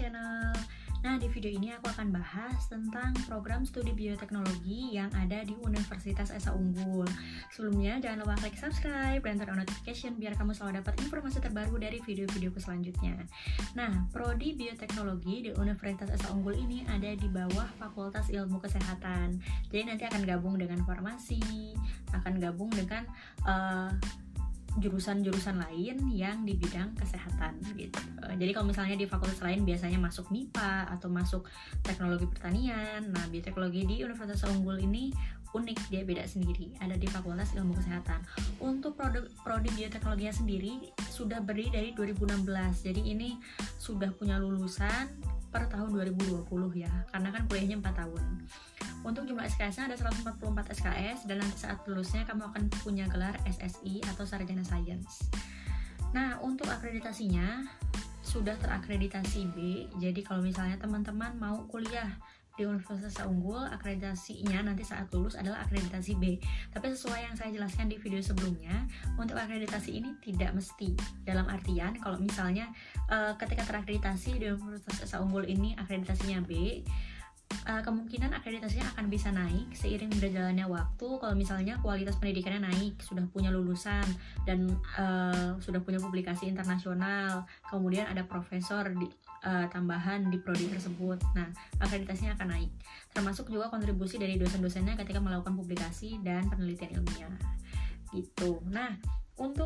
channel. Nah, di video ini aku akan bahas tentang program studi bioteknologi yang ada di Universitas Esa Unggul. Sebelumnya, jangan lupa klik subscribe dan turn on notification biar kamu selalu dapat informasi terbaru dari video-videoku selanjutnya. Nah, Prodi Bioteknologi di Universitas Esa Unggul ini ada di bawah Fakultas Ilmu Kesehatan. Jadi nanti akan gabung dengan farmasi, akan gabung dengan jurusan-jurusan lain yang di bidang kesehatan gitu. Jadi kalau misalnya di fakultas lain biasanya masuk MIPA atau masuk teknologi pertanian. Nah, bioteknologi di Universitas Unggul ini unik, dia beda sendiri, ada di Fakultas Ilmu Kesehatan. Untuk prodi bioteknologinya sendiri sudah berdiri dari 2016. Jadi ini sudah punya lulusan per tahun 2020 ya, karena kan kuliahnya 4 tahun. Untuk jumlah SKS-nya ada 144 SKS dan nanti saat lulusnya kamu akan punya gelar SSI atau Sarjana Sains. Nah, untuk akreditasinya sudah terakreditasi B. Jadi kalau misalnya teman-teman mau kuliah di Universitas Unggul, akreditasinya nanti saat lulus adalah akreditasi B. Tapi sesuai yang saya jelaskan di video sebelumnya, untuk akreditasi ini tidak mesti. Dalam artian kalau misalnya ketika terakreditasi di Universitas Unggul ini akreditasinya B, kemungkinan akreditasinya akan bisa naik seiring berjalannya waktu. Kalau misalnya kualitas pendidikannya naik, sudah punya lulusan dan sudah punya publikasi internasional, kemudian ada profesor tambahan di prodi tersebut. Nah, akreditasinya akan naik. Termasuk juga kontribusi dari dosen-dosennya ketika melakukan publikasi dan penelitian ilmiah. Gitu. Nah, untuk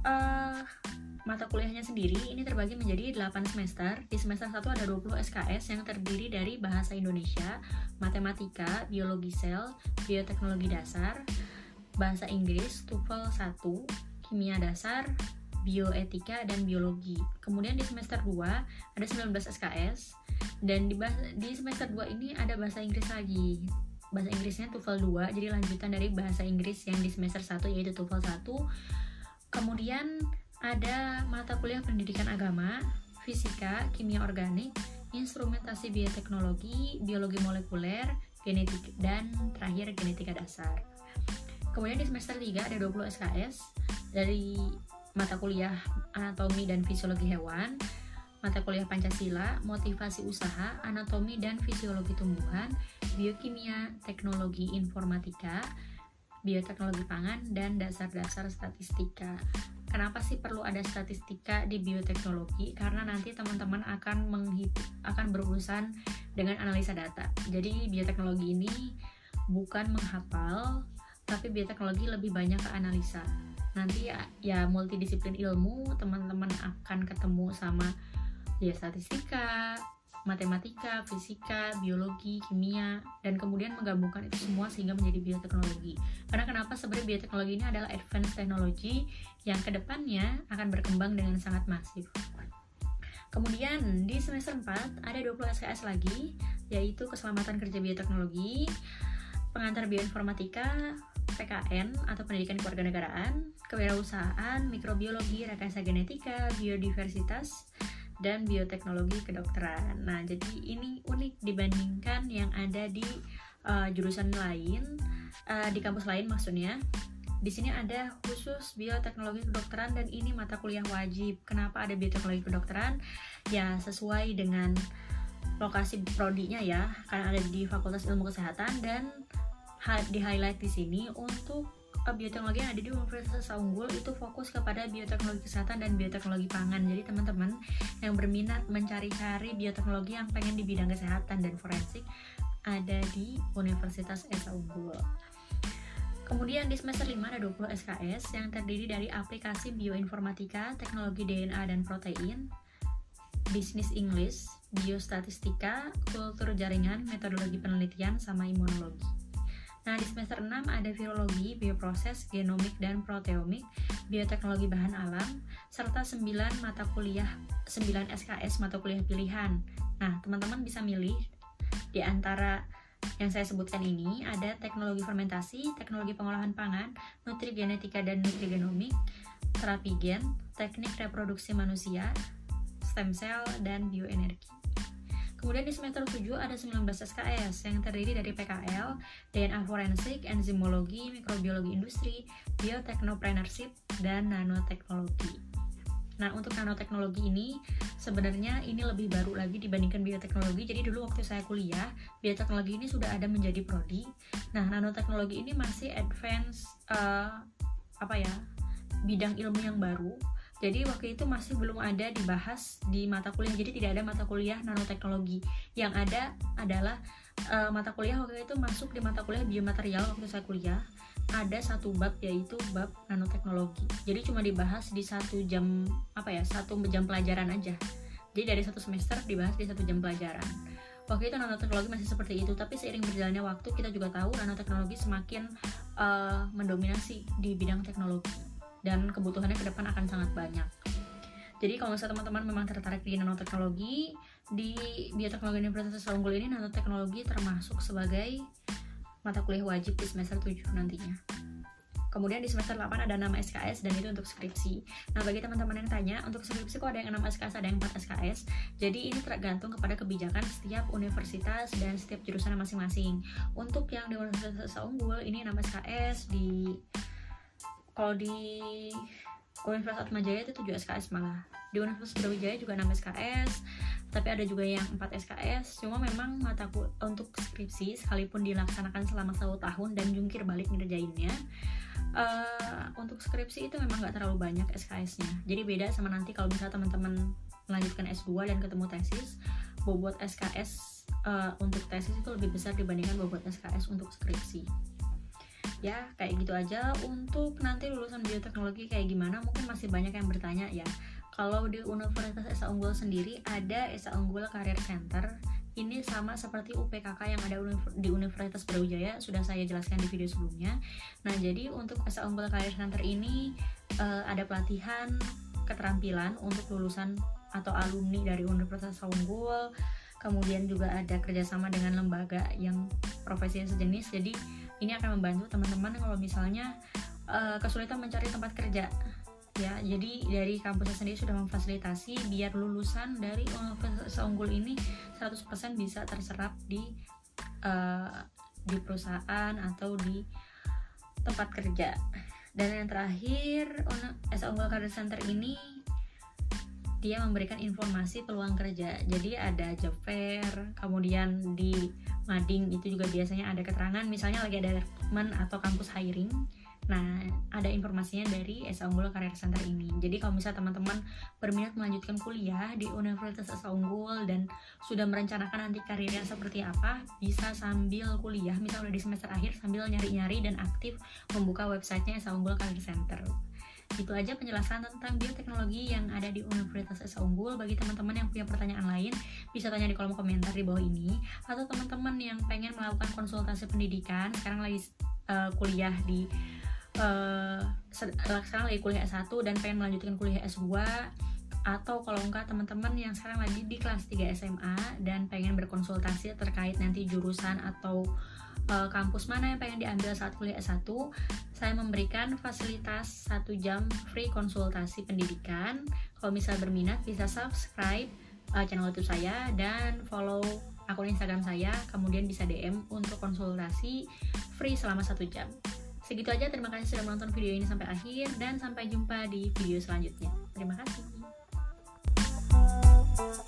mata kuliahnya sendiri ini terbagi menjadi 8 semester. Di semester 1 ada 20 SKS yang terdiri dari Bahasa Indonesia, Matematika, Biologi Sel, Bioteknologi Dasar, Bahasa Inggris, TOEFL 1, Kimia Dasar, Bioetika, dan Biologi. Kemudian di semester 2 ada 19 SKS dan di semester 2 ini ada Bahasa Inggris lagi. Bahasa Inggrisnya TOEFL 2, jadi lanjutan dari Bahasa Inggris yang di semester 1 yaitu TOEFL 1. Kemudian ada mata kuliah pendidikan agama, fisika, kimia organik, instrumentasi bioteknologi, biologi molekuler, genetik, dan terakhir genetika dasar. Kemudian di semester 3 ada 20 SKS dari mata kuliah anatomi dan fisiologi hewan, mata kuliah Pancasila, motivasi usaha, anatomi dan fisiologi tumbuhan, biokimia, teknologi informatika, bioteknologi pangan, dan dasar-dasar statistika. Kenapa sih perlu ada statistika di bioteknologi? Karena nanti teman-teman akan berurusan dengan analisa data. Jadi bioteknologi ini bukan menghafal, tapi bioteknologi lebih banyak ke analisa. Nanti ya multidisiplin ilmu, teman-teman akan ketemu sama ya statistika, matematika, fisika, biologi, kimia, dan kemudian menggabungkan itu semua sehingga menjadi bioteknologi. Karena kenapa sebenarnya bioteknologi ini adalah advanced technology yang kedepannya akan berkembang dengan sangat masif. Kemudian di semester 4 ada 20 SKS lagi, yaitu Keselamatan Kerja Bioteknologi, Pengantar Bioinformatika, PKN atau Pendidikan Kewarganegaraan, Kewirausahaan, Mikrobiologi, Rekayasa Genetika, Biodiversitas, dan Bioteknologi Kedokteran. Nah, jadi ini unik dibandingkan yang ada di jurusan lain, di kampus lain maksudnya. Di sini ada khusus Bioteknologi Kedokteran dan ini mata kuliah wajib. Kenapa ada Bioteknologi Kedokteran? Ya, sesuai dengan lokasi prodinya ya, karena ada di Fakultas Ilmu Kesehatan dan di highlight di sini untuk bioteknologi yang ada di Universitas Unggul itu fokus kepada bioteknologi kesehatan dan bioteknologi pangan. Jadi teman-teman yang berminat mencari-cari bioteknologi yang pengen di bidang kesehatan dan forensik ada di Universitas Esa Unggul. Kemudian di semester 5 ada 20 SKS yang terdiri dari aplikasi bioinformatika, teknologi DNA dan protein, bisnis English, biostatistika, kultur jaringan, metodologi penelitian, sama imunologi. Nah, di semester 6 ada virologi, bioproses, genomik, dan proteomik, bioteknologi bahan alam, serta 9 SKS mata kuliah pilihan. Nah, teman-teman bisa milih di antara yang saya sebutkan ini ada teknologi fermentasi, teknologi pengolahan pangan, nutrigenetika dan nutrigenomik, terapi gen, teknik reproduksi manusia, stem cell, dan bioenergi. Kemudian di semester 7 ada 19 SKS yang terdiri dari PKL, DNA forensik, enzimologi, mikrobiologi industri, bioteknopreneurship, dan nanoteknologi. Nah, untuk nanoteknologi ini sebenarnya ini lebih baru lagi dibandingkan bioteknologi. Jadi dulu waktu saya kuliah, bioteknologi ini sudah ada menjadi prodi. Nah, nanoteknologi ini masih advance bidang ilmu yang baru. Jadi waktu itu masih belum ada dibahas di mata kuliah. Jadi tidak ada mata kuliah nanoteknologi. Yang ada adalah mata kuliah waktu itu masuk di mata kuliah biomaterial waktu saya kuliah. Ada satu bab, yaitu bab nanoteknologi. Jadi cuma dibahas di 1 jam pelajaran aja. Jadi dari 1 semester dibahas di 1 jam pelajaran. Waktu itu nanoteknologi masih seperti itu, tapi seiring berjalannya waktu kita juga tahu nanoteknologi semakin mendominasi di bidang teknologi dan kebutuhannya ke depan akan sangat banyak. Jadi kalau misalnya teman-teman memang tertarik di nanoteknologi, di Bioteknologi Universitas Unggul ini nanoteknologi termasuk sebagai mata kuliah wajib di semester 7 nantinya. Kemudian di semester 8 ada 6 SKS dan itu untuk skripsi. Nah, bagi teman-teman yang tanya, untuk skripsi kok ada yang 6 SKS, ada yang 4 SKS. Jadi ini tergantung kepada kebijakan setiap universitas dan setiap jurusan masing-masing. Untuk yang di Universitas Unggul ini 6 SKS, kalau di Universitas Atmajaya itu 7 SKS malah. Di Universitas Brawijaya juga 6 SKS, tapi ada juga yang 4 SKS. Cuma memang untuk skripsi sekalipun dilaksanakan selama 1 tahun dan jungkir balik ngerjainnya, untuk skripsi itu memang gak terlalu banyak SKS-nya. Jadi beda sama nanti kalau misalnya teman-teman melanjutkan S2 dan ketemu tesis, bobot SKS untuk tesis itu lebih besar dibandingkan bobot SKS untuk skripsi. Ya, kayak gitu aja. Untuk nanti lulusan bioteknologi kayak gimana, mungkin masih banyak yang bertanya ya. Kalau di Universitas Esa Unggul sendiri ada Esa Unggul Career Center. Ini sama seperti UPKK yang ada di Universitas Brawijaya, sudah saya jelaskan di video sebelumnya. Nah, jadi untuk Esa Unggul Career Center ini ada pelatihan keterampilan untuk lulusan atau alumni dari Universitas Esa Unggul. Kemudian juga ada kerjasama dengan lembaga yang profesinya sejenis. Jadi ini akan membantu teman-teman kalau misalnya kesulitan mencari tempat kerja. Ya, jadi dari kampusnya sendiri sudah memfasilitasi biar lulusan dari Universitas Unggul ini 100% bisa terserap di perusahaan atau di tempat kerja. Dan yang terakhir, Esa Unggul Career Center ini dia memberikan informasi peluang kerja. Jadi ada job fair, kemudian di mading itu juga biasanya ada keterangan, misalnya lagi ada rekrutmen atau kampus hiring. Nah, ada informasinya dari Esa Unggul Career Center ini. Jadi kalau misalnya teman-teman berminat melanjutkan kuliah di Universitas Esa Unggul dan sudah merencanakan nanti karirnya seperti apa, bisa sambil kuliah, misalnya udah di semester akhir, sambil nyari-nyari dan aktif membuka websitenya Esa Unggul Career Center. Itu aja penjelasan tentang bioteknologi yang ada di Universitas Esa Unggul. Bagi teman-teman yang punya pertanyaan lain, bisa tanya di kolom komentar di bawah ini. Atau teman-teman yang pengen melakukan konsultasi pendidikan, sekarang lagi kuliah di sekarang lagi kuliah S1 dan pengen melanjutkan kuliah S2, atau kalau enggak teman-teman yang sekarang lagi di kelas 3 SMA dan pengen berkonsultasi terkait nanti jurusan atau kampus mana yang pengen diambil saat kuliah S1, saya memberikan fasilitas 1 jam free konsultasi pendidikan. Kalau misalnya berminat bisa subscribe channel YouTube saya dan follow akun Instagram saya, kemudian bisa DM untuk konsultasi free selama 1 jam. Segitu aja, terima kasih sudah menonton video ini sampai akhir dan sampai jumpa di video selanjutnya. Terima kasih.